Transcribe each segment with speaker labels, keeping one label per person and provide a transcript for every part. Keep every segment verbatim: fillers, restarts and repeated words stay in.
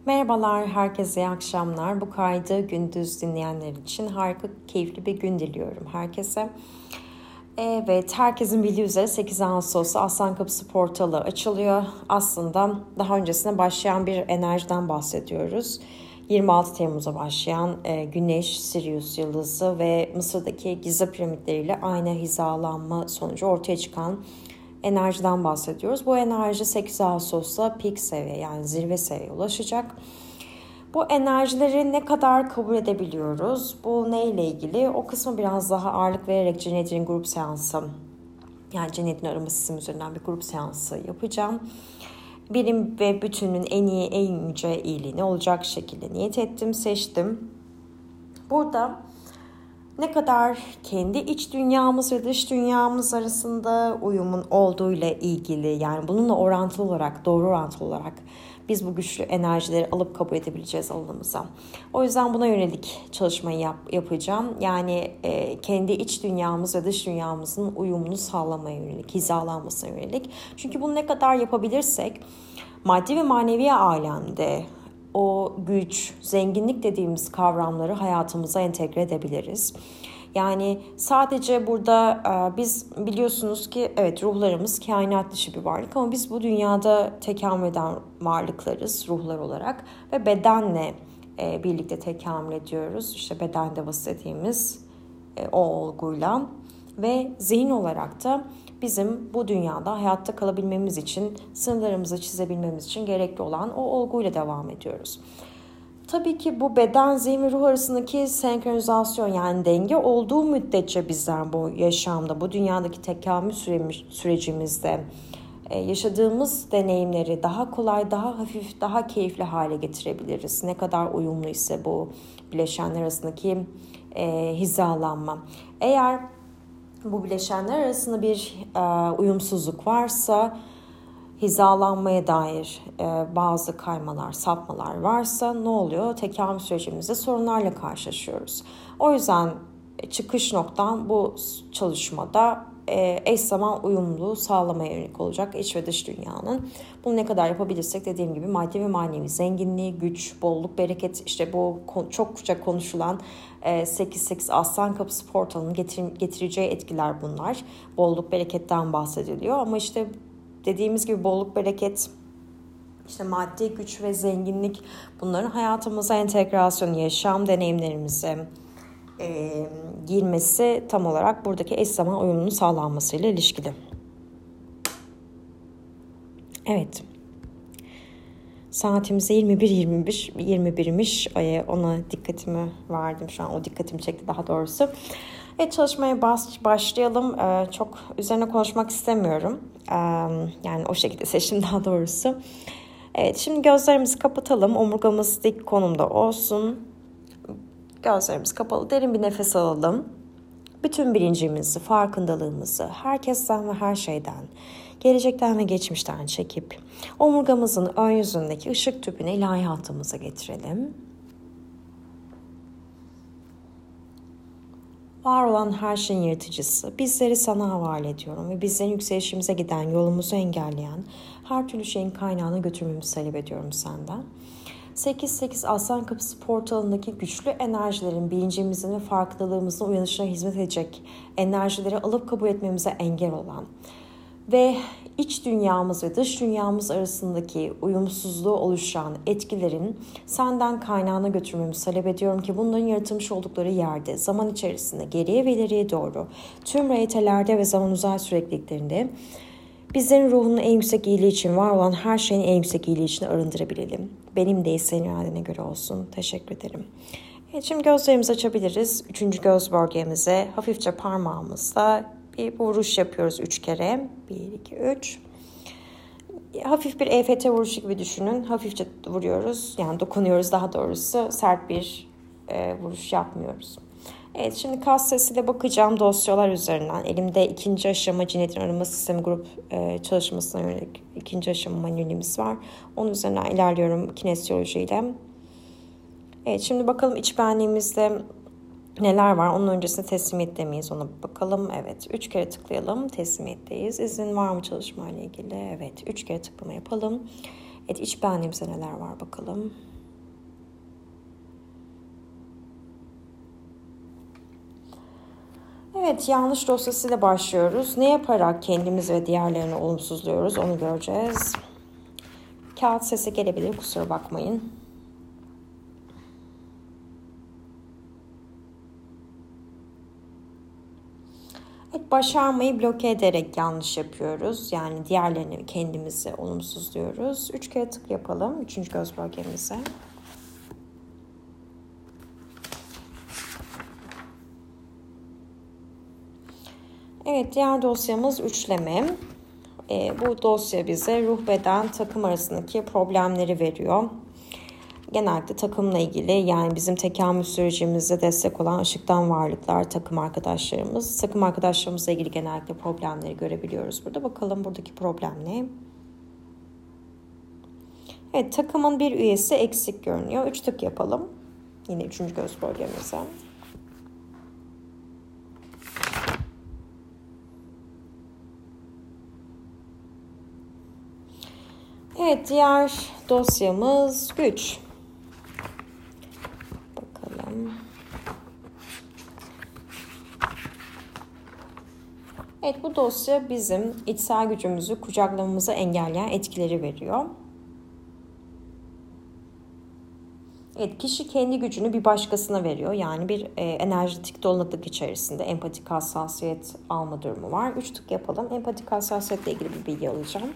Speaker 1: Merhabalar, herkese iyi akşamlar. Bu kaydı gündüz dinleyenler için harika, keyifli bir gün diliyorum herkese. Evet, herkesin bildiği üzere sekiz Ağustos'ta Aslan Kapısı portalı açılıyor. Aslında daha öncesine başlayan bir enerjiden bahsediyoruz. yirmi altı Temmuz'a başlayan e, Güneş, Sirius yıldızı ve Mısır'daki Giza piramitleriyle aynı hizalanma sonucu ortaya çıkan enerjiden bahsediyoruz. Bu enerji sekiz Ağustos'ta peak seviye, yani zirve seviyeye ulaşacak. Bu enerjileri ne kadar kabul edebiliyoruz? Bu neyle ilgili? O kısmı biraz daha ağırlık vererek Cennet'in grup seansı, yani Cennet'in arama sistemi üzerinden bir grup seansı yapacağım. Birim ve bütünün en iyi, en yüce iyiliğini olacak şekilde niyet ettim, seçtim. Burada ne kadar kendi iç dünyamız ve dış dünyamız arasında uyumun olduğu ile ilgili, yani bununla orantılı olarak, doğru orantılı olarak biz bu güçlü enerjileri alıp kabul edebileceğiz alanımıza. O yüzden buna yönelik çalışmayı yap, yapacağım. Yani e, kendi iç dünyamız ve dış dünyamızın uyumunu sağlamaya yönelik, hizalanmasına yönelik. Çünkü bunu ne kadar yapabilirsek maddi ve manevi alemde o güç, zenginlik dediğimiz kavramları hayatımıza entegre edebiliriz. Yani sadece burada biz biliyorsunuz ki evet, ruhlarımız kainat dışı bir varlık ama biz bu dünyada tekamül eden varlıklarız ruhlar olarak ve bedenle birlikte tekamül ediyoruz. İşte beden devası dediğimiz o olguyla ve zihin olarak da bizim bu dünyada hayatta kalabilmemiz için, sınırlarımızı çizebilmemiz için gerekli olan o olguyla devam ediyoruz. Tabii ki bu beden, zihin ve ruh arasındaki senkronizasyon, yani denge olduğu müddetçe bizler bu yaşamda, bu dünyadaki tekamül sürecimizde yaşadığımız deneyimleri daha kolay, daha hafif, daha keyifli hale getirebiliriz. Ne kadar uyumlu ise bu bileşenler arasındaki e, hizalanma. Eğer bu bileşenler arasında bir e, uyumsuzluk varsa, hizalanmaya dair e, bazı kaymalar, sapmalar varsa ne oluyor? Tekamül sürecimizde sorunlarla karşılaşıyoruz. O yüzden çıkış noktam bu çalışmada e, eş zaman uyumluluğu sağlamaya yönelik olacak iç ve dış dünyanın. Bunu ne kadar yapabilirsek, dediğim gibi maddi ve manevi zenginliği, güç, bolluk, bereket, işte bu çokça konuşulan sekiz sekiz Aslan Kapısı portalının getireceği etkiler bunlar. Bolluk, bereketten bahsediliyor ama işte dediğimiz gibi bolluk, bereket, işte maddi güç ve zenginlik, bunların hayatımıza entegrasyonu, yaşam deneyimlerimize e, girmesi tam olarak buradaki eş zaman uyumunun sağlanmasıyla ilişkili. Evet. Saatimize yirmi bir yirmi bir yirmi birmiş. Ona dikkatimi verdim şu an. O dikkatimi çekti daha doğrusu. Evet, çalışmaya başlayalım. Ee, çok üzerine konuşmak istemiyorum. Ee, yani o şekilde seçtim daha doğrusu. Evet, şimdi gözlerimizi kapatalım. Omurgamız dik konumda olsun. Gözlerimiz kapalı. Derin bir nefes alalım. Bütün bilincimizi, farkındalığımızı herkesten ve her şeyden, gelecekten ve geçmişten çekip omurgamızın ön yüzündeki ışık tüpünü ilahi hattımıza getirelim. Var olan her şeyin yaratıcısı, bizleri sana havale ediyorum ve bizlerin yükselişimize giden, yolumuzu engelleyen her türlü şeyin kaynağına götürmemizi talep ediyorum senden. sekiz sekiz Aslan Kapısı portalındaki güçlü enerjilerin bilincimizin ve farkındalığımızın uyanışına hizmet edecek enerjileri alıp kabul etmemize engel olan ve iç dünyamız ve dış dünyamız arasındaki uyumsuzluğu oluşan etkilerin senden kaynağına götürmemizi talep ediyorum ki bunların yaratılmış oldukları yerde, zaman içerisinde geriye ve ileriye doğru tüm realitelerde ve zaman uzay sürekliliklerinde bizlerin ruhunun en yüksek iyiliği için, var olan her şeyin en yüksek iyiliği için arındırabilelim. Benim değil, senin iradene göre olsun. Teşekkür ederim. Evet, şimdi gözlerimizi açabiliriz. Üçüncü göz bölgemize hafifçe parmağımızla bir vuruş yapıyoruz üç kere. Bir, iki, üç. Hafif bir E F T vuruşu gibi düşünün. Hafifçe vuruyoruz. Yani dokunuyoruz daha doğrusu. Sert bir e, vuruş yapmıyoruz. Evet, şimdi kas sesiyle bakacağım dosyalar üzerinden. Elimde ikinci aşama Cennet'in arama sistemi grup e, çalışmasına yönelik ikinci aşama manuelimiz var. Onun üzerinden ilerliyorum kinesiyolojiyle. Evet, şimdi bakalım iç benliğimizde neler var? Onun öncesinde teslimiyette miyiz? Ona bakalım. Evet, üç kere tıklayalım. Teslimiyetteyiz. İzin var mı çalışmayla ilgili? Evet, üç kere tıklama yapalım. Evet, iç benliğimizde neler var bakalım. Evet, yanlış dosyasıyla başlıyoruz. Ne yaparak kendimiz ve diğerlerini olumsuzluyoruz onu göreceğiz. Kağıt sesi gelebilir, kusura bakmayın. Evet, başarmayı bloke ederek yanlış yapıyoruz. Yani diğerlerini, kendimizi olumsuzluyoruz. Üç kere tık yapalım. Üçüncü göz bölgemize. Evet, diğer dosyamız üçleme. E, bu dosya bize ruh, beden, takım arasındaki problemleri veriyor. Genellikle takımla ilgili, yani bizim tekamül sürecimizde destek olan ışıktan varlıklar, takım arkadaşlarımız. Takım arkadaşlarımızla ilgili genellikle problemleri görebiliyoruz burada. Bakalım buradaki problem ne? Evet, takımın bir üyesi eksik görünüyor. Üç tık yapalım. Yine üçüncü göz bölgemize. Evet, diğer dosyamız güç. Bakalım. Evet, bu dosya bizim içsel gücümüzü kucaklamamızı engelleyen etkileri veriyor. Evet, kişi kendi gücünü bir başkasına veriyor. Yani bir e, enerjetik doluluk içerisinde empatik hassasiyet alma durumu var. Üç tık yapalım. Empatik hassasiyetle ilgili bir bilgi alacağım.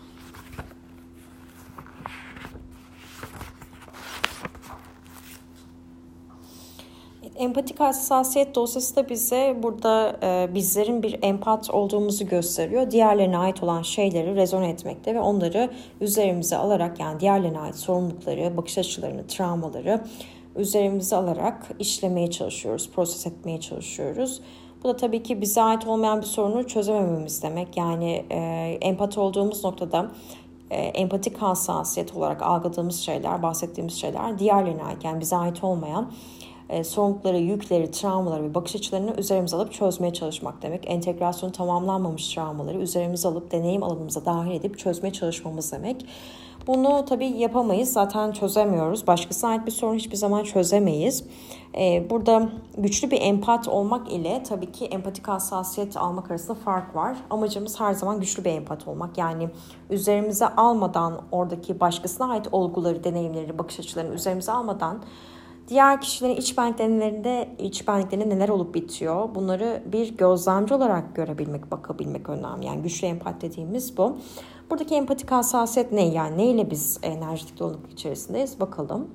Speaker 1: Empatik hassasiyet dosyası da bize burada e, bizlerin bir empat olduğumuzu gösteriyor. Diğerlerine ait olan şeyleri rezone etmekte ve onları üzerimize alarak, yani diğerlerine ait sorumlulukları, bakış açılarını, travmaları üzerimize alarak işlemeye çalışıyoruz, proses etmeye çalışıyoruz. Bu da tabii ki bize ait olmayan bir sorunu çözemememiz demek. Yani e, empat olduğumuz noktada e, empatik hassasiyet olarak algıladığımız şeyler, bahsettiğimiz şeyler diğerlerine ait, yani bize ait olmayan E, sorumlulukları, yükleri, travmaları ve bakış açılarını üzerimize alıp çözmeye çalışmak demek. Entegrasyonu tamamlanmamış travmaları üzerimize alıp deneyim alanımıza dahil edip çözmeye çalışmamız demek. Bunu tabii yapamayız. Zaten çözemiyoruz. Başkasına ait bir sorunu hiçbir zaman çözemeyiz. Ee, burada güçlü bir empat olmak ile tabii ki empatik hassasiyet almak arasında fark var. Amacımız her zaman güçlü bir empat olmak. Yani üzerimize almadan, oradaki başkasına ait olguları, deneyimleri, bakış açılarını üzerimize almadan diğer kişilerin iç benliklerinde, iç benliklerinde neler olup bitiyor, bunları bir gözlemci olarak görebilmek, bakabilmek önemli. Yani güçlü empat dediğimiz bu. Buradaki empatik hassasiyet ne? Yani neyle biz enerjitik doluluk içerisindeyiz? Bakalım.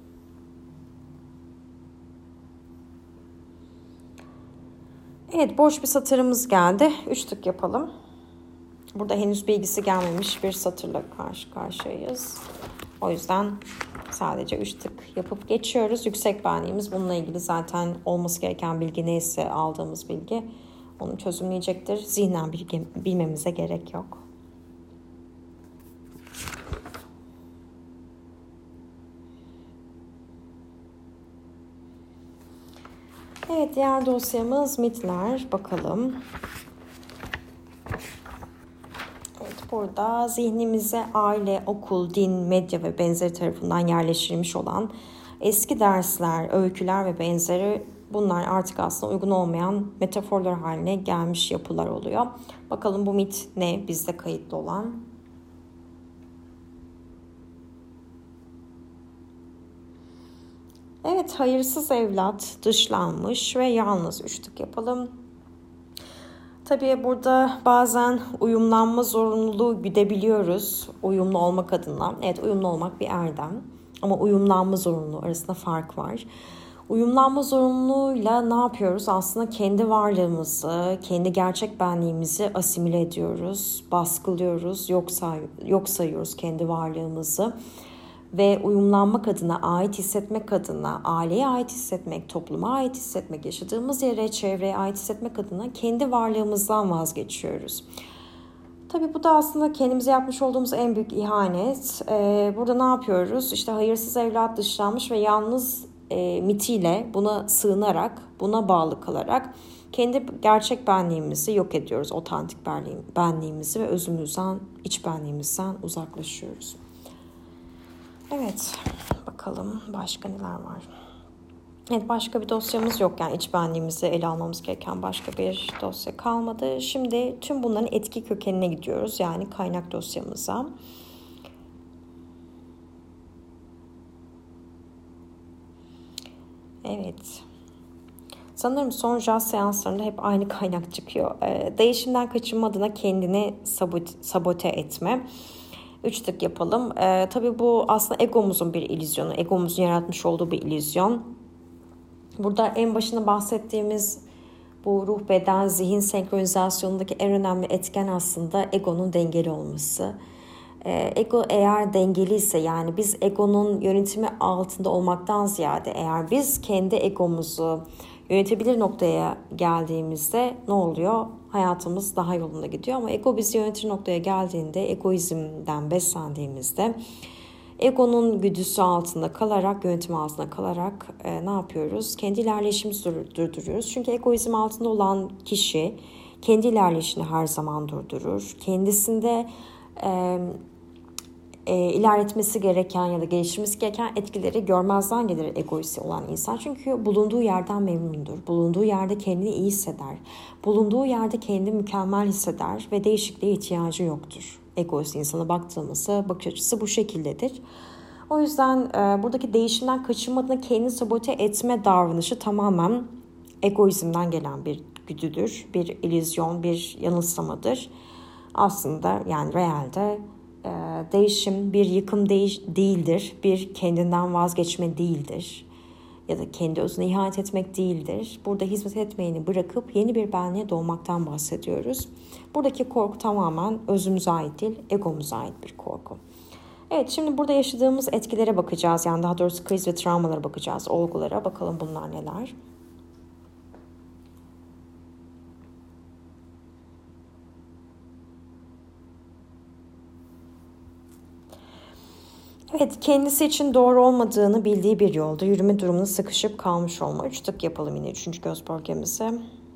Speaker 1: Evet, boş bir satırımız geldi. Üç tık yapalım. Burada henüz bilgisi gelmemiş bir satırla karşı karşıyayız. O yüzden sadece üç tık yapıp geçiyoruz. Yüksek benliğimiz bununla ilgili zaten olması gereken bilgi neyse, aldığımız bilgi onu çözümleyecektir. Zihnen bilgi, bilmemize gerek yok. Evet, diğer dosyamız mitler. Bakalım. Evet, burada zihnimize aile, okul, din, medya ve benzeri tarafından yerleştirilmiş olan eski dersler, öyküler ve benzeri, bunlar artık aslında uygun olmayan metaforlar haline gelmiş yapılar oluyor. Bakalım bu mit ne bizde kayıtlı olan? Evet, hayırsız evlat, dışlanmış ve yalnız. Üç tık yapalım. Tabii burada bazen uyumlanma zorunluluğu güdebiliyoruz uyumlu olmak adına. Evet, uyumlu olmak bir erdem ama uyumlanma zorunluluğu arasında fark var. Uyumlanma zorunluluğuyla ne yapıyoruz? Aslında kendi varlığımızı, kendi gerçek benliğimizi asimile ediyoruz, baskılıyoruz, yok, say yok sayıyoruz kendi varlığımızı. Ve uyumlanmak adına, ait hissetmek adına, aileye ait hissetmek, topluma ait hissetmek, yaşadığımız yere, çevreye ait hissetmek adına kendi varlığımızdan vazgeçiyoruz. Tabii bu da aslında kendimize yapmış olduğumuz en büyük ihanet. Ee, burada ne yapıyoruz? İşte hayırsız evlat, dışlanmış ve yalnız e, mitiyle, buna sığınarak, buna bağlı kalarak kendi gerçek benliğimizi yok ediyoruz. Otantik benliğimizi ve özümüzden, iç benliğimizden uzaklaşıyoruz. Evet, bakalım başka neler var. Evet, başka bir dosyamız yok, yani iç benliğimizi ele almamız gereken başka bir dosya kalmadı. Şimdi tüm bunların etki kökenine gidiyoruz, yani kaynak dosyamıza. Evet. Sanırım son jaz seanslarında hep aynı kaynak çıkıyor. Ee, değişimden kaçınma adına kendini sabote, sabote etme. Üç tık yapalım. Ee, tabii bu aslında egomuzun bir illüzyonu. Egomuzun yaratmış olduğu bir illüzyon. Burada en başında bahsettiğimiz bu ruh, beden, zihin senkronizasyonundaki en önemli etken aslında egonun dengeli olması. Ee, ego eğer dengeliyse, yani biz egonun yönetimi altında olmaktan ziyade eğer biz kendi egomuzu yönetebilir noktaya geldiğimizde ne oluyor? Hayatımız daha yolunda gidiyor, ama ego bizi yönetir noktaya geldiğinde, egoizmden beslendiğimizde, egonun güdüsü altında kalarak, yönetim altında kalarak e, ne yapıyoruz? Kendi ilerleyişimizi durduruyoruz. Çünkü egoizm altında olan kişi kendi ilerleyişini her zaman durdurur. Kendisinde e, e, ilerletmesi gereken ya da geliştirmesi gereken etkileri görmezden gelir egoist olan insan. Çünkü bulunduğu yerden memnundur. Bulunduğu yerde kendini iyi hisseder. Bulunduğu yerde kendini mükemmel hisseder ve değişikliğe ihtiyacı yoktur. Egoist insana baktığımızda bakış açısı bu şekildedir. O yüzden e, buradaki değişimden kaçınma adına kendini sabote etme davranışı tamamen egoizmden gelen bir güdüdür. Bir illüzyon, bir yanılsamadır. Aslında yani realde e, değişim bir yıkım değiş- değildir. Bir kendinden vazgeçme değildir. Ya da kendi özüne ihanet etmek değildir. Burada hizmet etmeyeni bırakıp yeni bir benliğe doğmaktan bahsediyoruz. Buradaki korku tamamen özümüze ait değil, egomuza ait bir korku. Evet, şimdi burada yaşadığımız etkilere bakacağız. Yani daha doğrusu kriz ve travmalara bakacağız, olgulara. Bakalım bunlar neler. Evet, kendisi için doğru olmadığını bildiği bir yolda yürüme durumunda sıkışıp kalmış olma. Üç tık yapalım yine üçüncü göz bölgemize.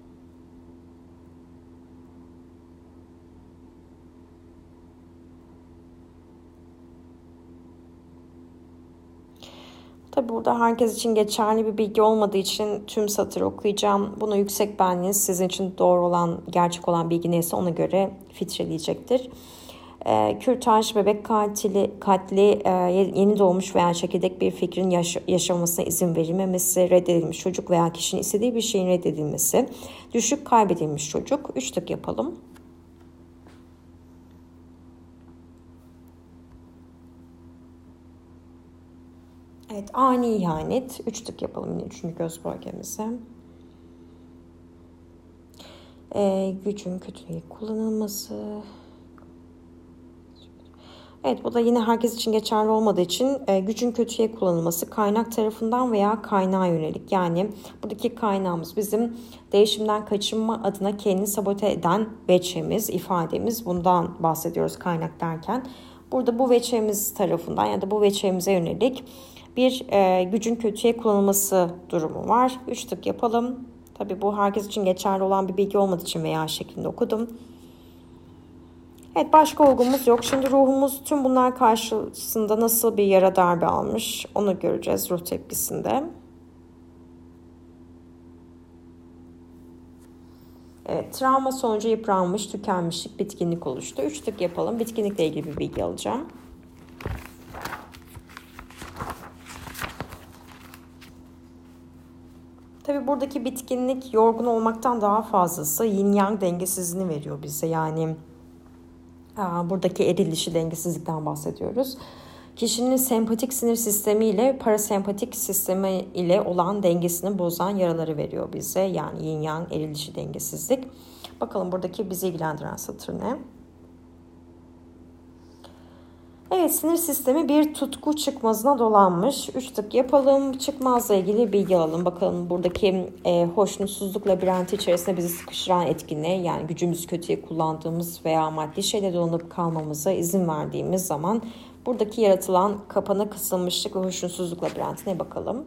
Speaker 1: Tabi burada herkes için geçerli bir bilgi olmadığı için tüm satırı okuyacağım. Bunu yüksek benliğiniz sizin için doğru olan, gerçek olan bilgi neyse ona göre filtreleyecektir. E, kürtaj, bebek katili, katli, e, yeni doğmuş veya çekirdek bir fikrin yaş- yaşamasına izin verilmemesi, reddedilmiş çocuk veya kişinin istediği bir şeyin reddedilmesi, düşük kaybedilmiş çocuk. Üç tık yapalım. Evet, ani ihanet. Üç tık yapalım yine üçüncü göz bölgemize. E, gücün kötülüğe kullanılması. Evet, bu da yine herkes için geçerli olmadığı için e, gücün kötüye kullanılması kaynak tarafından veya kaynağa yönelik. Yani buradaki kaynağımız bizim değişimden kaçınma adına kendini sabote eden veçemiz, ifademiz. Bundan bahsediyoruz kaynak derken. Burada bu veçemiz tarafından ya da bu veçemize yönelik bir e, gücün kötüye kullanılması durumu var. Üç tık yapalım. Tabii bu herkes için geçerli olan bir bilgi olmadığı için veya şeklinde okudum. Evet, başka olgumuz yok. Şimdi ruhumuz tüm bunlar karşısında nasıl bir yara darbe almış onu göreceğiz ruh tepkisinde. Evet, travma sonucu yıpranmış, tükenmişlik, bitkinlik oluştu. Üç tık yapalım. Bitkinlikle ilgili bir bilgi alacağım. Tabii buradaki bitkinlik yorgun olmaktan daha fazlası yin yang dengesizliğini veriyor bize. Yani buradaki eril dişi dengesizlikten bahsediyoruz. Kişinin sempatik sinir sistemi ile parasempatik sistemi ile olan dengesini bozan yaraları veriyor bize. Yani yin yang eril dişi dengesizlik. Bakalım buradaki bizi ilgilendiren satır ne? Evet, sinir sistemi bir tutku çıkmazına dolanmış. Üç tık yapalım. Çıkmazla ilgili bilgi alalım. Bakalım buradaki e, hoşnutsuzluk labirenti içerisinde bizi sıkıştıran etki ne? Yani gücümüzü kötüye kullandığımız veya maddi şeyle dolanıp kalmamıza izin verdiğimiz zaman buradaki yaratılan kapana kısılmışlık ve hoşnutsuzluk labirentine bakalım.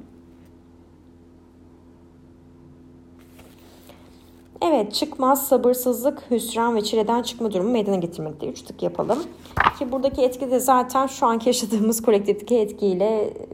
Speaker 1: Evet, çıkmaz, sabırsızlık, hüsran ve çileden çıkma durumu meydana getirmekte. Üç tık yapalım. Ki buradaki etki de zaten şu anki yaşadığımız kolektifteki etkiyle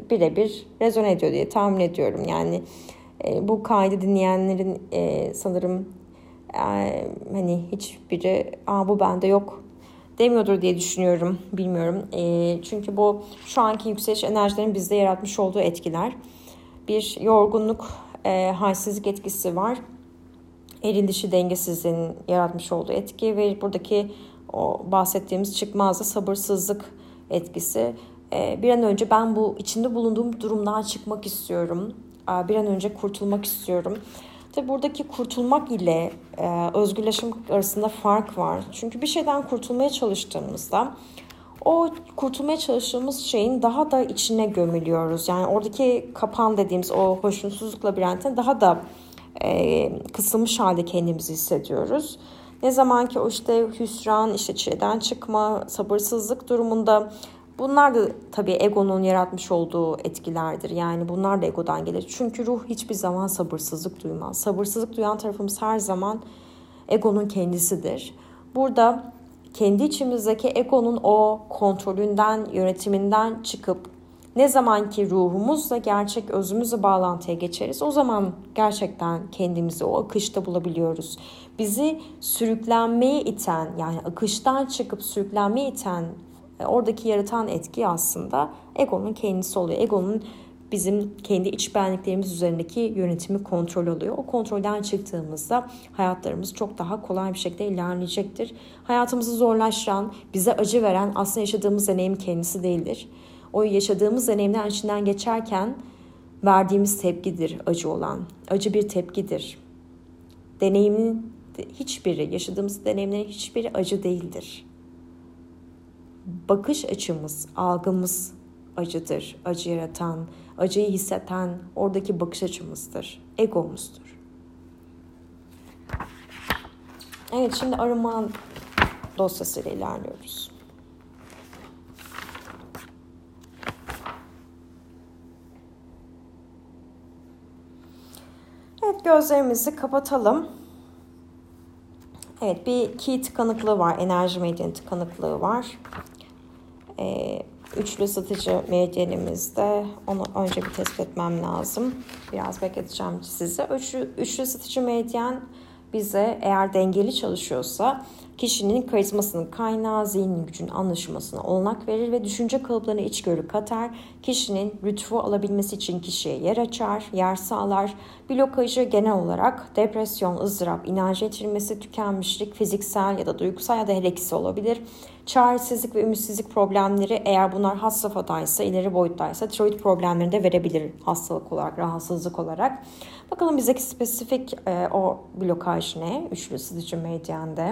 Speaker 1: birebir rezone ediyor diye tahmin ediyorum. Yani e, bu kaydı dinleyenlerin e, sanırım e, hani hiçbiri aa bu bende yok demiyordur diye düşünüyorum. Bilmiyorum. E, çünkü bu şu anki yükseliş enerjilerin bizde yaratmış olduğu etkiler. Bir yorgunluk, e, halsizlik etkisi var. Eril dişi dengesizliğinin yaratmış olduğu etki ve buradaki o bahsettiğimiz çıkmazda sabırsızlık etkisi. E, bir an önce ben bu içinde bulunduğum durumdan çıkmak istiyorum. E, bir an önce kurtulmak istiyorum. Tabii buradaki kurtulmak ile e, özgürleşmek arasında fark var. Çünkü bir şeyden kurtulmaya çalıştığımızda o kurtulmaya çalıştığımız şeyin daha da içine gömülüyoruz. Yani oradaki kapan dediğimiz o hoşnutsuzluk labirentine daha da e, kısılmış halde kendimizi hissediyoruz. Ne zaman ki o işte hüsran, işte çileden çıkma, sabırsızlık durumunda bunlar da tabii egonun yaratmış olduğu etkilerdir. Yani bunlar da egodan gelir. Çünkü ruh hiçbir zaman sabırsızlık duymaz. Sabırsızlık duyan tarafımız her zaman egonun kendisidir. Burada kendi içimizdeki egonun o kontrolünden, yönetiminden çıkıp ne zaman ki ruhumuzla, gerçek özümüzle bağlantıya geçeriz, o zaman gerçekten kendimizi o akışta bulabiliyoruz. Bizi sürüklenmeye iten, yani akıştan çıkıp sürüklenmeye iten, oradaki yaratan etki aslında egonun kendisi oluyor. Egonun bizim kendi iç benliklerimiz üzerindeki yönetimi, kontrol oluyor. O kontrolden çıktığımızda hayatlarımız çok daha kolay bir şekilde ilerleyecektir. Hayatımızı zorlaştıran, bize acı veren aslında yaşadığımız deneyim kendisi değildir. O yaşadığımız deneyimden içinden geçerken verdiğimiz tepkidir acı olan. Acı bir tepkidir. Deneyimin hiçbiri, yaşadığımız deneyimlerin hiçbiri acı değildir. Bakış açımız, algımız acıdır. Acı yaratan, acıyı hisseten oradaki bakış açımızdır. Egomuzdur. Evet, şimdi arınma dosyasıyla ilerliyoruz. Evet, gözlerimizi kapatalım. Evet, bir ki tıkanıklığı var. Enerji medyanı tıkanıklığı var. Ee, üçlü ısıtıcı medyanimizde. Onu önce bir tespit etmem lazım. Biraz bekleteceğim sizi. Üçlü, üçlü ısıtıcı medyan bize eğer dengeli çalışıyorsa kişinin karizmasının kaynağı, zihnin gücün anlaşılmasına olanak verir ve düşünce kalıplarına içgörü katar. Kişinin lütfu alabilmesi için kişiye yer açar, yer sağlar. Blokajı genel olarak depresyon, ızdırap, inanç yitirilmesi, tükenmişlik, fiziksel ya da duygusal ya da hele ikisi olabilir. Çaresizlik ve ümitsizlik problemleri, eğer bunlar had safhadaysa, ileri boyuttaysa tiroid problemlerini de verebilir hastalık olarak, rahatsızlık olarak. Bakalım bizdeki spesifik e, o blokaj ne? Üçlü ısıtıcı medyanda.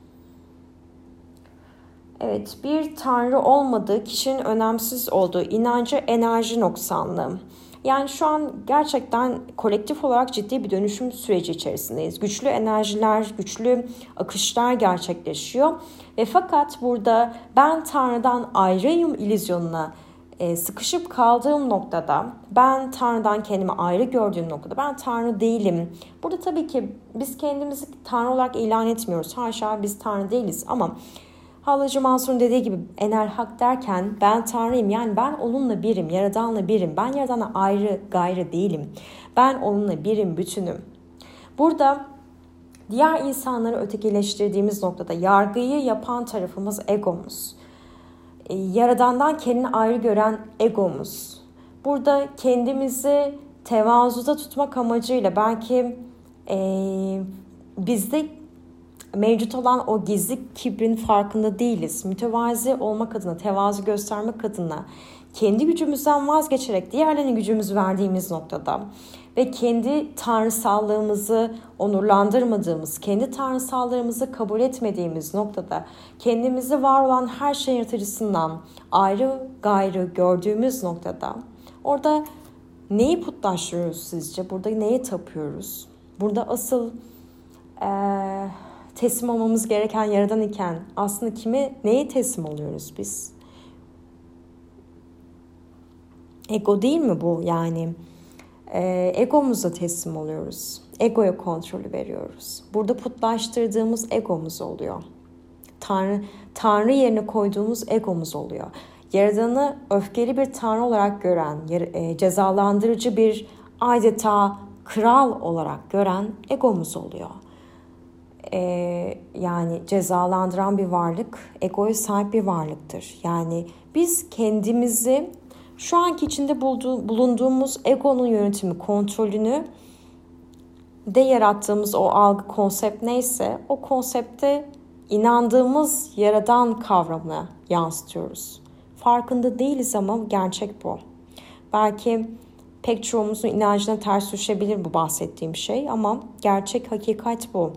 Speaker 1: Evet, bir tanrı olmadığı, kişinin önemsiz olduğu inancı, enerji noksanlığı. Yani şu an gerçekten kolektif olarak ciddi bir dönüşüm süreci içerisindeyiz. Güçlü enerjiler, güçlü akışlar gerçekleşiyor. Ve fakat burada ben Tanrı'dan ayrıyım illüzyonuna e, sıkışıp kaldığım noktada, ben Tanrı'dan kendimi ayrı gördüğüm noktada, ben Tanrı değilim. Burada tabii ki biz kendimizi Tanrı olarak ilan etmiyoruz. Haşa, biz Tanrı değiliz ama Hallacı Mansur'un dediği gibi enel hak derken ben Tanrıyım, yani ben onunla birim, Yaradan'la birim. Ben Yaradan'la ayrı gayrı değilim. Ben onunla birim, bütünüm. Burada diğer insanları ötekileştirdiğimiz noktada yargıyı yapan tarafımız egomuz. Yaradan'dan kendini ayrı gören egomuz. Burada kendimizi tevazuda tutmak amacıyla belki ee, bizde mevcut olan o gizli kibrin farkında değiliz. Mütevazi olmak adına, tevazu göstermek adına kendi gücümüzden vazgeçerek diğerlerine gücümüzü verdiğimiz noktada ve kendi tanrısallığımızı onurlandırmadığımız, kendi tanrısallığımızı kabul etmediğimiz noktada kendimizi var olan her şeyin yaratıcısından ayrı gayrı gördüğümüz noktada orada neyi putlaştırıyoruz sizce? Burada neye tapıyoruz? Burada asıl ee, teslim olmamız gereken Yaradan iken aslında kime, neye teslim oluyoruz biz? Ego değil mi bu? Yani e, egomuza teslim oluyoruz. Egoya kontrolü veriyoruz. Burada putlaştırdığımız egomuz oluyor. Tanrı, Tanrı yerine koyduğumuz egomuz oluyor. Yaradan'ı öfkeli bir tanrı olarak gören, cezalandırıcı bir adeta kral olarak gören egomuz oluyor. Ee, yani cezalandıran bir varlık, egoya sahip bir varlıktır. Yani biz kendimizi şu anki içinde bulduğu, bulunduğumuz egonun yönetimi, kontrolünü de yarattığımız o algı, konsept neyse o konsepte inandığımız yaradan kavramına yansıtıyoruz. Farkında değiliz ama gerçek bu. Belki pek çoğumuzun inancına ters düşebilir bu bahsettiğim şey ama gerçek, hakikat bu.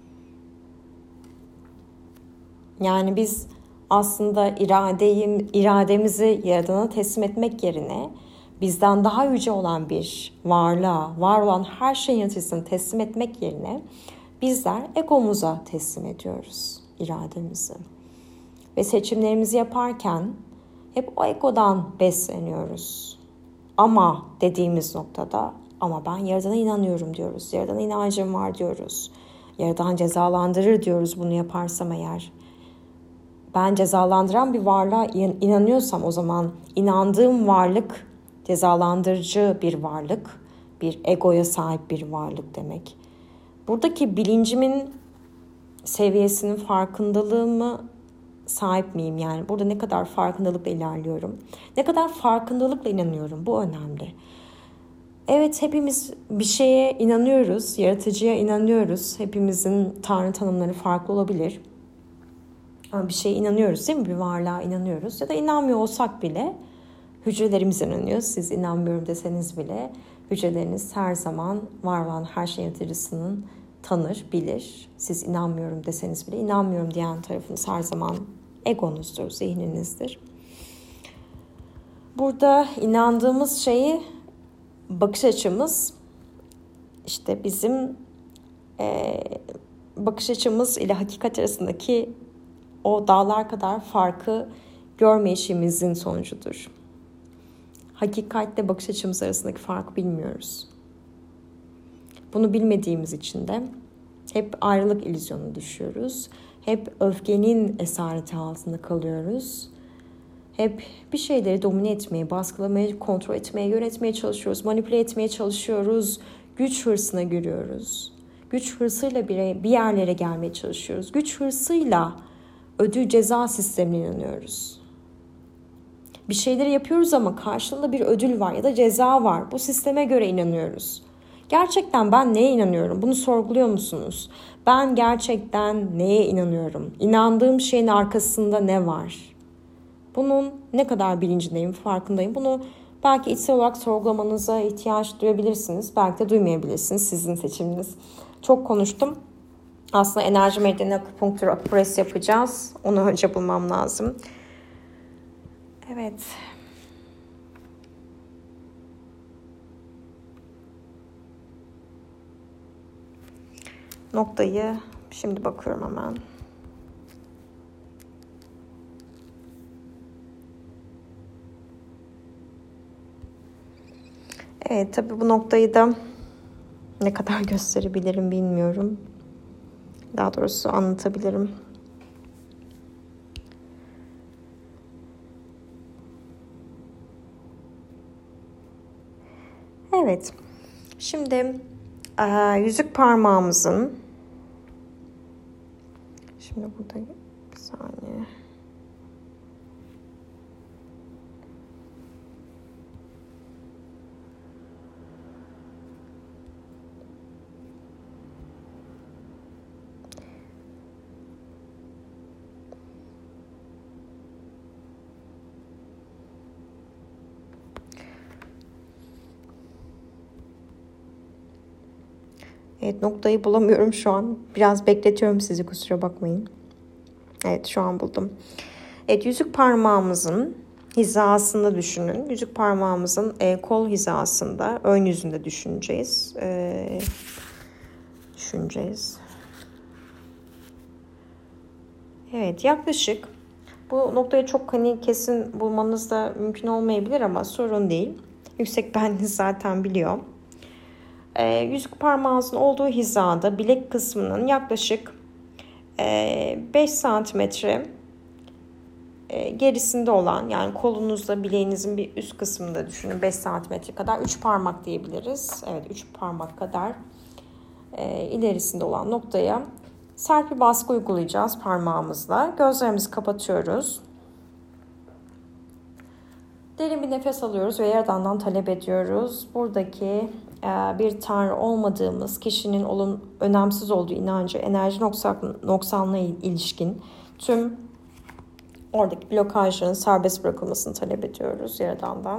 Speaker 1: Yani biz aslında iradeyi, irademizi Yaradan'a teslim etmek yerine bizden daha yüce olan bir varlığa, var olan her şeyin yöneticisini teslim etmek yerine bizler egomuza teslim ediyoruz irademizi. Ve seçimlerimizi yaparken hep o egodan besleniyoruz. Ama dediğimiz noktada ama ben Yaradan'a inanıyorum diyoruz. Yaradan'a inancım var diyoruz. Yaradan cezalandırır diyoruz bunu yaparsam eğer. Ben cezalandıran bir varlığa inanıyorsam o zaman inandığım varlık cezalandırıcı bir varlık, bir egoya sahip bir varlık demek. Buradaki bilincimin seviyesinin farkındalığımı sahip miyim? Yani burada ne kadar farkındalıkla ilerliyorum? Ne kadar farkındalıkla inanıyorum? Bu önemli. Evet, hepimiz bir şeye inanıyoruz, yaratıcıya inanıyoruz. Hepimizin tanrı tanımları farklı olabilir. Ama bir şeye inanıyoruz değil mi? Bir varlığa inanıyoruz. Ya da inanmıyor olsak bile hücrelerimiz inanıyor. Siz inanmıyorum deseniz bile hücreleriniz her zaman var olan her şeyin yaratıcısının tanır, bilir. Siz inanmıyorum deseniz bile inanmıyorum diyen tarafınız her zaman egonuzdur, zihninizdir. Burada inandığımız şeyi, bakış açımız işte bizim e, bakış açımız ile hakikat arasındaki o dağlar kadar farkı görmeyişimizin sonucudur. Hakikatle bakış açımız arasındaki farkı bilmiyoruz. Bunu bilmediğimiz için de hep ayrılık illüzyonuna düşüyoruz. Hep öfkenin esareti altında kalıyoruz. Hep bir şeyleri domine etmeye, baskılamaya, kontrol etmeye, yönetmeye çalışıyoruz. Manipüle etmeye çalışıyoruz. Güç hırsına giriyoruz. Güç hırsıyla bir yerlere gelmeye çalışıyoruz. Güç hırsıyla ödül ceza sistemine inanıyoruz. Bir şeyleri yapıyoruz ama karşılığında bir ödül var ya da ceza var. Bu sisteme göre inanıyoruz. Gerçekten ben neye inanıyorum? Bunu sorguluyor musunuz? Ben gerçekten neye inanıyorum? İnandığım şeyin arkasında ne var? Bunun ne kadar bilincindeyim, farkındayım. Bunu belki içsel olarak sorgulamanıza ihtiyaç duyabilirsiniz. Belki de duymayabilirsiniz. Sizin seçiminiz. Çok konuştum. Aslında enerji meridyeni akupunktur, akupres yapacağız. Onu önce bulmam lazım. Evet. Noktayı şimdi bakıyorum hemen. Evet, tabii bu noktayı da ne kadar gösterebilirim bilmiyorum. Daha doğrusu anlatabilirim. Evet. Şimdi e, yüzük parmağımızın şimdi burada bir saniye. Evet, noktayı bulamıyorum şu an. Biraz bekletiyorum sizi, kusura bakmayın. Evet, şu an buldum. Evet, yüzük parmağımızın hizasında düşünün. Yüzük parmağımızın e, kol hizasında, ön yüzünde düşüneceğiz. E, düşüneceğiz. Evet, yaklaşık bu noktayı çok hani kesin bulmanız da mümkün olmayabilir ama sorun değil. Yüksek benliğiniz zaten biliyor. E, yüzük parmağınızın olduğu hizada bilek kısmının yaklaşık e, beş santimetre e, gerisinde olan, yani kolunuzda bileğinizin bir üst kısmında düşünün, beş santimetre kadar, üç parmak diyebiliriz. Evet, üç parmak kadar e, ilerisinde olan noktaya sert bir baskı uygulayacağız parmağımızla. Gözlerimizi kapatıyoruz. Derin bir nefes alıyoruz ve Yaradan'dan talep ediyoruz. Buradaki e, bir tanrı olmadığımız kişinin olum, önemsiz olduğu inancı, enerji noksan, noksanlığa ilişkin tüm oradaki blokajların serbest bırakılmasını talep ediyoruz Yaradan'dan.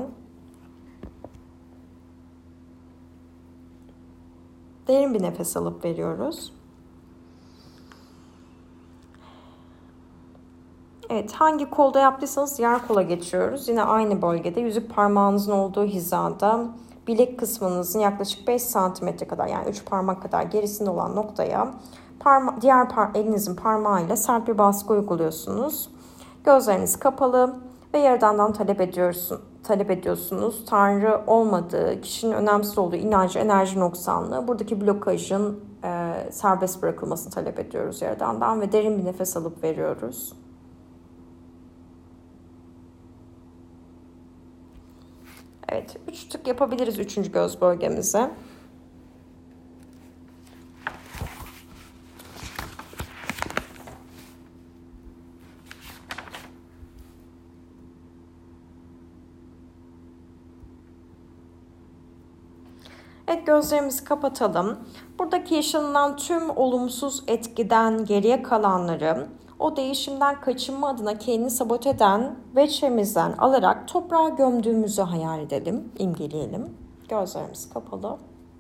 Speaker 1: Derin bir nefes alıp veriyoruz. Evet, hangi kolda yaptıysanız diğer kola geçiyoruz. Yine aynı bölgede, yüzük parmağınızın olduğu hizada, bilek kısmınızın yaklaşık beş santimetre kadar, yani üç parmak kadar gerisinde olan noktaya parma diğer par elinizin parmağıyla sert bir baskı uyguluyorsunuz. Gözleriniz kapalı ve Yaradan'dan talep ediyorsun, talep ediyorsunuz. Tanrı olmadığı, kişinin önemsiz olduğu inancı, enerji noksanlığı, buradaki blokajın e, serbest bırakılmasını talep ediyoruz Yaradan'dan ve derin bir nefes alıp veriyoruz. Evet, üç tık yapabiliriz üçüncü göz bölgemize. Evet, gözlerimizi kapatalım. Buradaki yaşanılan tüm olumsuz etkiden geriye kalanları, o değişimden kaçınma adına kendini sabote eden veçemizden alarak toprağa gömdüğümüzü hayal edelim, imgeleyelim. Gözlerimiz kapalı.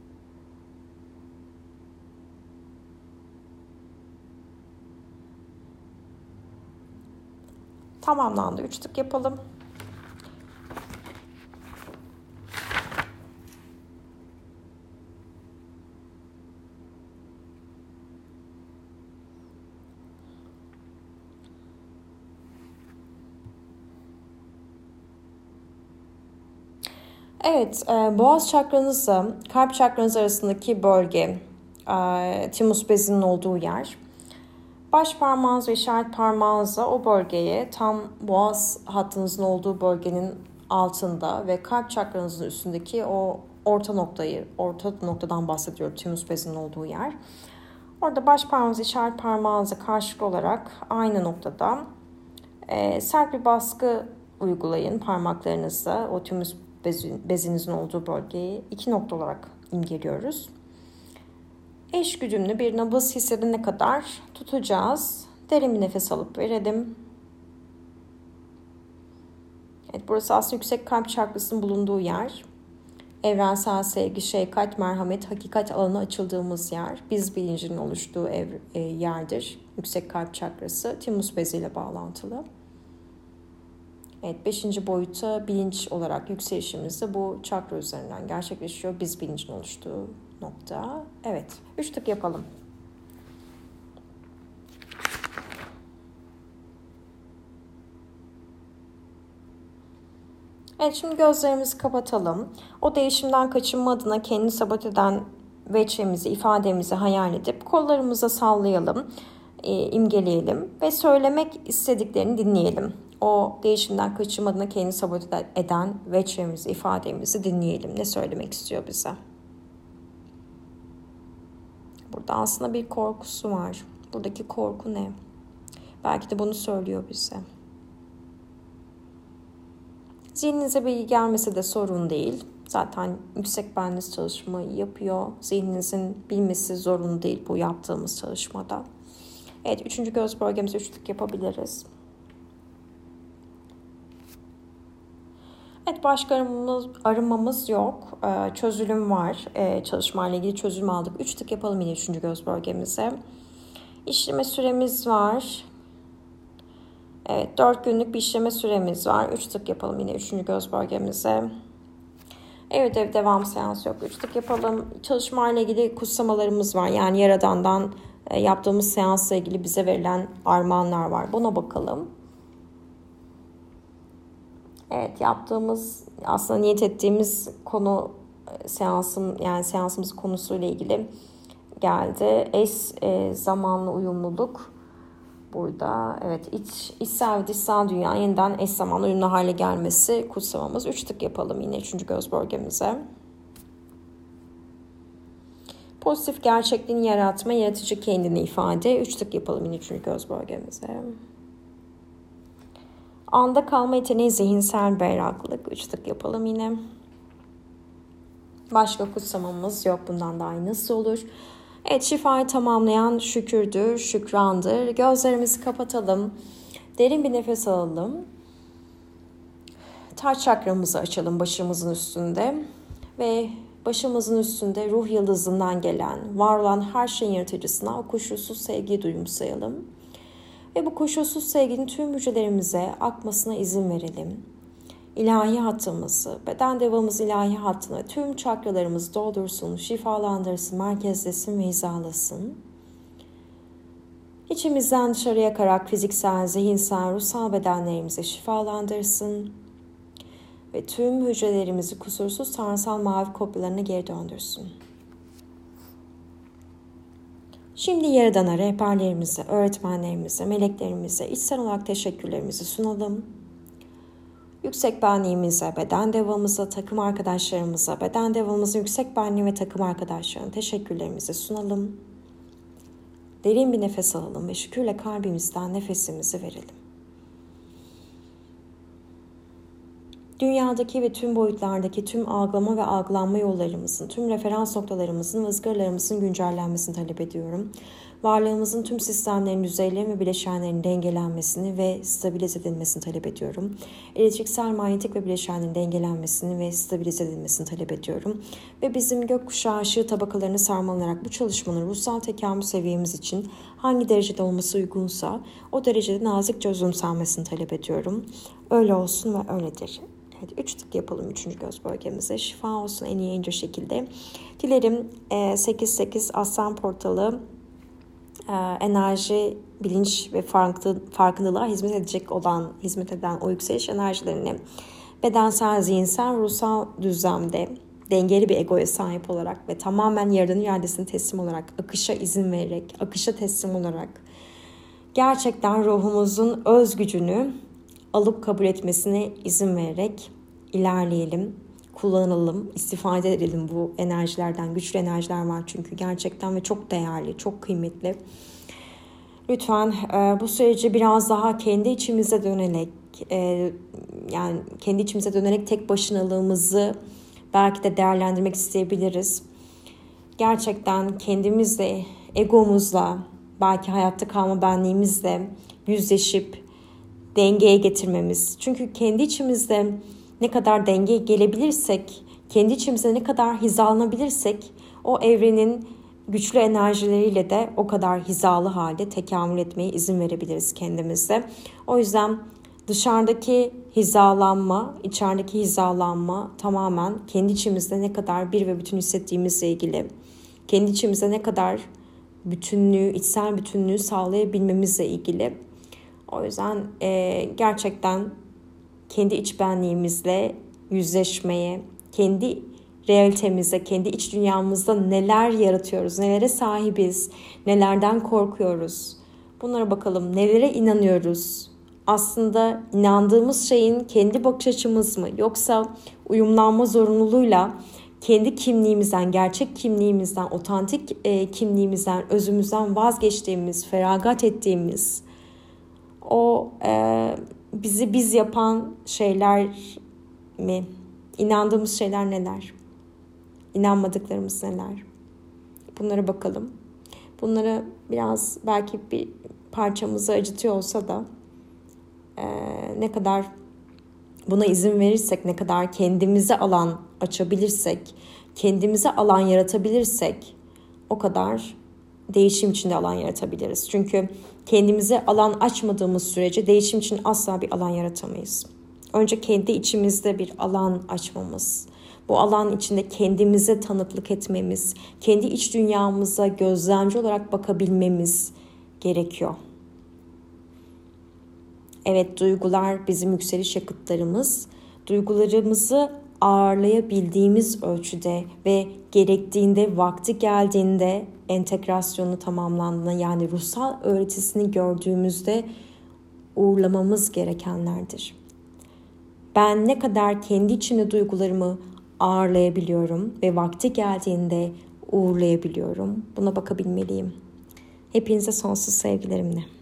Speaker 1: Tamamlandı. Üç tık yapalım. Evet, e, boğaz çakranızla kalp çakranız arasındaki bölge, e, timus bezinin olduğu yer. Baş parmağınız ve işaret parmağınızla o bölgeye, tam boğaz hattınızın olduğu bölgenin altında ve kalp çakranızın üstündeki o orta noktayı, orta noktadan bahsediyorum, timus bezinin olduğu yer. Orada baş parmağınız, işaret parmağınıza karşılık olarak aynı noktada e, sert bir baskı uygulayın parmaklarınızla, o timus bezinizin olduğu bölgeyi iki nokta olarak imgeliyoruz. Eş güdümlü bir nabız hissedene kadar tutacağız. Derin bir nefes alıp verelim. Evet, burası aslında yüksek kalp çakrasının bulunduğu yer. Evrensel sevgi, şefkat, merhamet, hakikat alanına açıldığımız yer. Biz bilincinin oluştuğu ev, e, yerdir. Yüksek kalp çakrası timus beziyle bağlantılı. Evet, beşinci boyuta bilinç olarak yükselişimiz de bu çakra üzerinden gerçekleşiyor. Biz bilincin oluştuğu nokta. Evet, üç tık yapalım. Evet, şimdi gözlerimizi kapatalım. O değişimden kaçınma adına kendini sabote eden veçemizi, ifademizi hayal edip kollarımıza sallayalım, e, imgeleyelim ve söylemek istediklerini dinleyelim. O değişimden kaçınma adına kendini sabote eden veçemizi, ifademizi dinleyelim. Ne söylemek istiyor bize? Burada aslında bir korkusu var. Buradaki korku ne? Belki de bunu söylüyor bize. Zihninize bilgi gelmese de sorun değil. Zaten yüksek benliğiniz çalışmayı yapıyor. Zihninizin bilmesi zorunlu değil bu yaptığımız çalışmada. Evet, üçüncü göz bölgemize üç tık yapabiliriz. Evet, başka arımamız, arınmamız yok. Ee, çözülüm var. Ee, çalışmayla ilgili çözülüm aldık. üç tık yapalım yine üçüncü göz bölgemize. İşleme süremiz var. Evet, dört günlük bir işleme süremiz var. üç tık yapalım yine üçüncü göz bölgemize. Evet, evet, devam seansı yok. üç tık yapalım. Çalışmayla ilgili kutsamalarımız var. Yani Yaradan'dan e, yaptığımız seansla ilgili bize verilen armağanlar var. Buna bakalım. Evet, yaptığımız, aslında niyet ettiğimiz konu seansım, yani seansımız konusuyla ilgili geldi. Eş e, zamanlı uyumluluk. burada. Evet, iç, içsel ve dışsal dünya yeniden eş zamanlı uyumlu hale gelmesi kutsamamız. Üç tık yapalım yine üçüncü göz bölgemize. Pozitif gerçekliğini yaratma, yaratıcı kendini ifade. Üç tık yapalım yine üçüncü göz bölgemize. Anda kalma yeteneği, zihinsel berraklık. Üç tık yapalım yine. Başka kutsamamız yok. Bundan daha iyi nasıl olur? Evet, şifayı tamamlayan şükürdür, şükrandır. Gözlerimizi kapatalım. Derin bir nefes alalım. Taç çakramızı açalım başımızın üstünde. Ve başımızın üstünde ruh yıldızından gelen, var olan her şeyin yaratıcısına o koşulsuz sevgiyi duyumsayalım. Ve bu koşulsuz sevginin tüm hücrelerimize akmasına izin verelim. İlahi hattımızı, beden devamız ilahi hattına tüm çakralarımızı doldursun, şifalandırsın, merkezlesin ve hizalasın. İçimizden dışarıya akarak fiziksel, zihinsel, ruhsal bedenlerimizi şifalandırsın. Ve tüm hücrelerimizi kusursuz tanrısal mavi kopyalarına geri döndürsün. Şimdi Yaradan'a, rehberlerimize, öğretmenlerimize, meleklerimize içsel olarak teşekkürlerimizi sunalım. Yüksek benliğimize, beden devamımıza, takım arkadaşlarımıza, beden devamımızın yüksek benliği ve takım arkadaşlarına teşekkürlerimizi sunalım. Derin bir nefes alalım ve şükürle kalbimizden nefesimizi verelim. Dünyadaki ve tüm boyutlardaki tüm algılama ve algılanma yollarımızın, tüm referans noktalarımızın ve ızgaralarımızın güncellenmesini talep ediyorum. Varlığımızın tüm sistemlerin, yüzeylerin ve bileşenlerin dengelenmesini ve stabilize edilmesini talep ediyorum. Elektriksel, manyetik ve bileşenlerin dengelenmesini ve stabilize edilmesini talep ediyorum. Ve bizim gökkuşağı ışığı tabakalarını sarmalayarak bu çalışmanın ruhsal tekamül seviyemiz için hangi derecede olması uygunsa o derecede nazikçe özümsenmesini talep ediyorum. Öyle olsun ve öyledir. Hadi üç tık yapalım üçüncü göz bölgemize. Şifa olsun en iyi en ince şekilde. Dilerim sekiz sekiz Aslan Portalı enerji, bilinç ve farkındalığa hizmet edecek olan, hizmet eden o yükseliş enerjilerini bedensel, zihinsel, ruhsal düzlemde dengeli bir egoya sahip olarak ve tamamen Yaradan'ın iradesine teslim olarak, akışa izin vererek, akışa teslim olarak gerçekten ruhumuzun öz gücünü alıp kabul etmesine izin vererek ilerleyelim, kullanalım, istifade edelim bu enerjilerden. Güçlü enerjiler var çünkü gerçekten ve çok değerli, çok kıymetli. Lütfen e, bu süreci biraz daha kendi içimize dönerek, e, yani kendi içimize dönerek tek başınalığımızı belki de değerlendirmek isteyebiliriz. Gerçekten kendimizle, egomuzla, belki hayatta kalma benliğimizle yüzleşip dengeye getirmemiz. Çünkü kendi içimizde ne kadar dengeye gelebilirsek, kendi içimize ne kadar hizalanabilirsek o evrenin güçlü enerjileriyle de o kadar hizalı halde tekamül etmeye izin verebiliriz kendimizde. O yüzden dışarıdaki hizalanma, içerideki hizalanma tamamen kendi içimizde ne kadar bir ve bütün hissettiğimizle ilgili. Kendi içimizde ne kadar bütünlüğü, içsel bütünlüğü sağlayabilmemizle ilgili. O yüzden e, gerçekten kendi iç benliğimizle yüzleşmeye, kendi realitemizde, kendi iç dünyamızda neler yaratıyoruz, nelere sahibiz, nelerden korkuyoruz. Bunlara bakalım, nelere inanıyoruz? Aslında inandığımız şeyin kendi bakış açımız mı? Yoksa uyumlanma zorunluluğuyla kendi kimliğimizden, gerçek kimliğimizden, otantik e, kimliğimizden, özümüzden vazgeçtiğimiz, feragat ettiğimiz, o e, bizi biz yapan şeyler mi? İnandığımız şeyler neler? İnanmadıklarımız neler? Bunlara bakalım. Bunları biraz belki bir parçamızı acıtıyor olsa da e, ne kadar buna izin verirsek, ne kadar kendimize alan açabilirsek, kendimize alan yaratabilirsek o kadar değişim içinde alan yaratabiliriz. Çünkü kendimize alan açmadığımız sürece değişim için asla bir alan yaratamayız. Önce kendi içimizde bir alan açmamız, bu alan içinde kendimize tanıklık etmemiz, kendi iç dünyamıza gözlemci olarak bakabilmemiz gerekiyor. Evet, duygular bizim yükseliş yakıtlarımız. Duygularımızı ağırlayabildiğimiz ölçüde ve gerektiğinde, vakti geldiğinde entegrasyonu tamamlandığında, yani ruhsal öğretisini gördüğümüzde uğurlamamız gerekenlerdir. Ben ne kadar kendi içinde duygularımı ağırlayabiliyorum ve vakti geldiğinde uğurlayabiliyorum. Buna bakabilmeliyim. Hepinize sonsuz sevgilerimle.